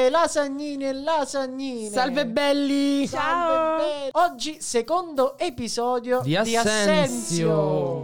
lasagnini e lasagnine. Salve belli. Salve belli. Oggi secondo episodio di Assenzio.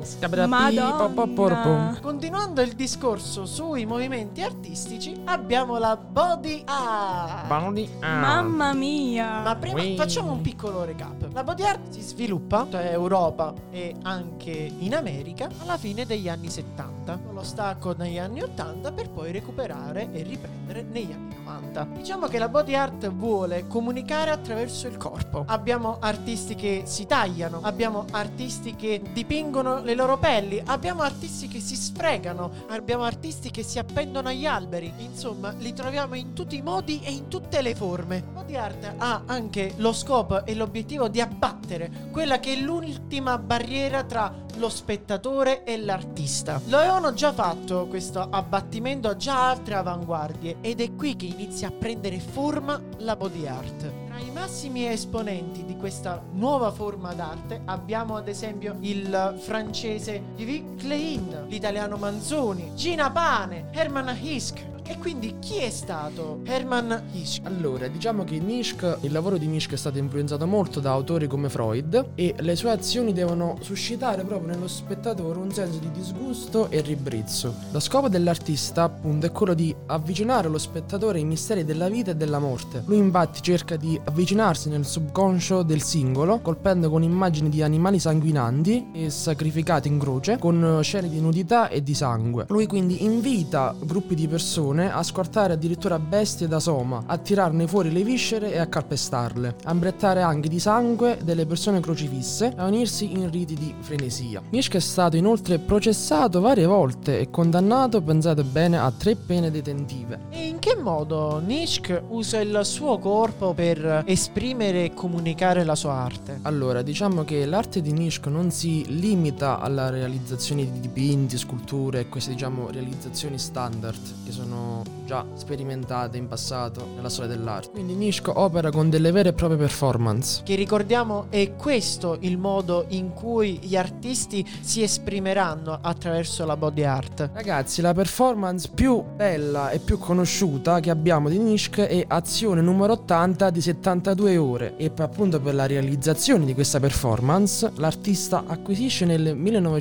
Madonna. Continuando il discorso sui movimenti artistici, abbiamo la body art. Mamma mia. Ma prima facciamo un piccolo recap. La body art si sviluppa in Europa e anche in America alla fine degli anni 70, con lo stacco negli anni 80 per poi recuperare e riprendere negli anni 90. Diciamo che la body art vuole comunicare attraverso il corpo. Abbiamo artisti che si tagliano, abbiamo artisti che dipingono le loro pelli, abbiamo artisti che si sfregano, abbiamo artisti che si appendono agli alberi. Insomma, li troviamo in tutti i modi e in tutte le forme. La body art ha anche lo scopo e l'obiettivo di abbattere quella che è l'ultima barriera tra lo spettatore e l'artista. Lo avevano già fatto questo abbattimento a già altre avanguardie ed è qui che inizia a prendere forma la body art. Tra i massimi esponenti di questa nuova forma d'arte abbiamo ad esempio il francese Yves Klein, l'italiano Manzoni, Gina Pane, Hermann Hischk. E quindi chi è stato Hermann Hischk? Allora, diciamo che il lavoro di Hischk è stato influenzato molto da autori come Freud e le sue azioni devono suscitare proprio nello spettatore un senso di disgusto e ribrezzo. Lo scopo dell'artista, appunto, è quello di avvicinare lo spettatore ai misteri della vita e della morte. Lui infatti cerca di avvicinarsi nel subconscio del singolo, colpendo con immagini di animali sanguinanti e sacrificati in croce, con scene di nudità e di sangue. Lui quindi invita gruppi di persone a squartare addirittura bestie da soma, a tirarne fuori le viscere e a calpestarle, a imbrettare anche di sangue delle persone crocifisse e a unirsi in riti di frenesia. Hischk è stato inoltre processato varie volte e condannato, pensate bene, a 3 pene detentive. E in che modo Hischk usa il suo corpo per esprimere e comunicare la sua arte? Allora, diciamo che l'arte di Hischk non si limita alla realizzazione di dipinti, sculture e queste, diciamo, realizzazioni standard che sono già sperimentate in passato nella storia dell'arte. Quindi Hischk opera con delle vere e proprie performance. Che ricordiamo è questo il modo in cui gli artisti si esprimeranno attraverso la body art. Ragazzi, la performance più bella e più conosciuta che abbiamo di Hischk è Azione numero 80 di 72 ore e appunto per la realizzazione di questa performance l'artista acquisisce nel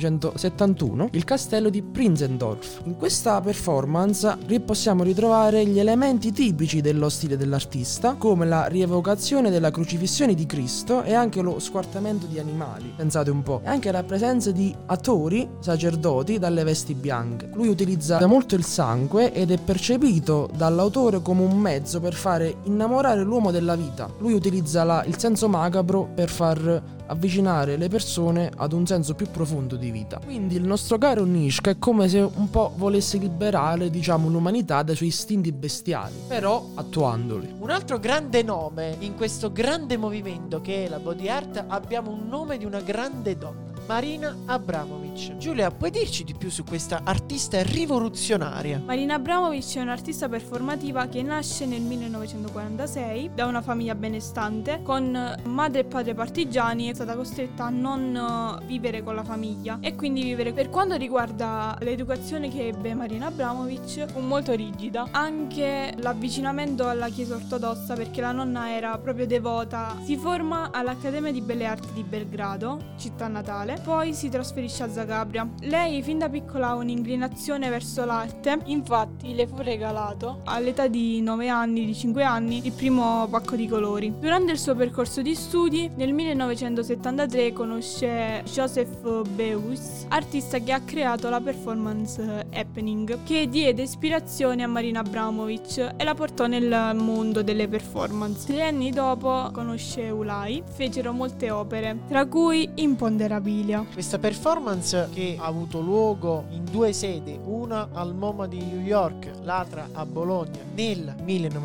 1971 il castello di Prinzendorf. In questa performance possiamo ritrovare gli elementi tipici dello stile dell'artista, come la rievocazione della crocifissione di Cristo e anche lo squartamento di animali, pensate un po', e anche la presenza di attori, sacerdoti dalle vesti bianche. Lui utilizza molto il sangue ed è percepito dall'autore come un mezzo per fare innamorare l'uomo della vita. Lui utilizza il senso macabro per far avvicinare le persone ad un senso più profondo di vita. Quindi il nostro caro Hischk è come se un po' volesse liberare, diciamo, l'umanità dai suoi istinti bestiali, però attuandoli. Un altro grande nome in questo grande movimento che è la body art, abbiamo un nome di una grande donna, Marina Abramovic. Giulia, puoi dirci di più su questa artista rivoluzionaria? Marina Abramovic è un'artista performativa che nasce nel 1946 da una famiglia benestante con madre e padre partigiani. È stata costretta a non vivere con la famiglia e quindi vivere. Per quanto riguarda l'educazione che ebbe Marina Abramovic, fu molto rigida. Anche l'avvicinamento alla Chiesa ortodossa, perché la nonna era proprio devota. Si forma all'Accademia di Belle Arti di Belgrado, città natale. Poi si trasferisce a Zagabria. Lei fin da piccola ha un'inclinazione verso l'arte, infatti le fu regalato all'età di 9 anni, di 5 anni, il primo pacco di colori. Durante il suo percorso di studi, nel 1973 conosce Joseph Beuys, artista che ha creato la performance Happening, che diede ispirazione a Marina Abramovic e la portò nel mondo delle performance. 3 anni dopo conosce Ulay, fecero molte opere, tra cui Imponderabilia. Questa performance, che ha avuto luogo in 2 sedi, una al MoMA di New York, l'altra a Bologna nel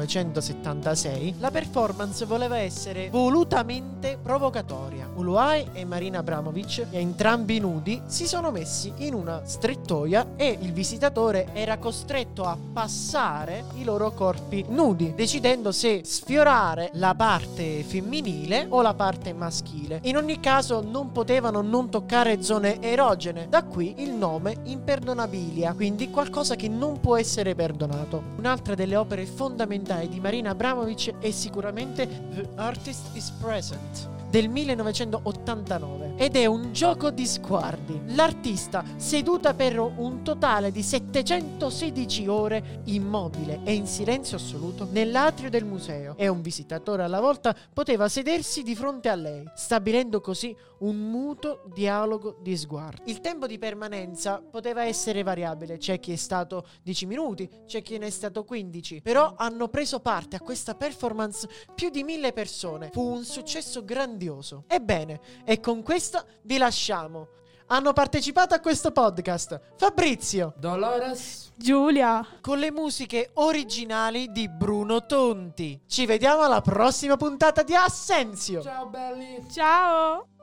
1976, la performance voleva essere volutamente provocatoria. Ulay e Marina Abramovic, entrambi nudi, si sono messi in una strettoia e il visitatore era costretto a passare i loro corpi nudi, decidendo se sfiorare la parte femminile o la parte maschile. In ogni caso non potevano non toccare zone erogene Diogene. Da qui il nome Imperdonabilia, quindi qualcosa che non può essere perdonato. Un'altra delle opere fondamentali di Marina Abramović è sicuramente The Artist is Present del 1989 ed è un gioco di sguardi. L'artista, seduta per un totale di 716 ore immobile e in silenzio assoluto nell'atrio del museo, e un visitatore alla volta poteva sedersi di fronte a lei, stabilendo così un muto dialogo di sguardi. Il tempo di permanenza poteva essere variabile, c'è chi è stato 10 minuti, c'è chi ne è stato 15, però hanno preso parte a questa performance più di 1000 persone. Fu un successo grandioso. Ebbene, e con questo vi lasciamo. Hanno partecipato a questo podcast Fabrizio, Dolores, Giulia. con le musiche originali di Bruno Tonti. Ci vediamo alla prossima puntata di Assenzio. ciao belli. Ciao.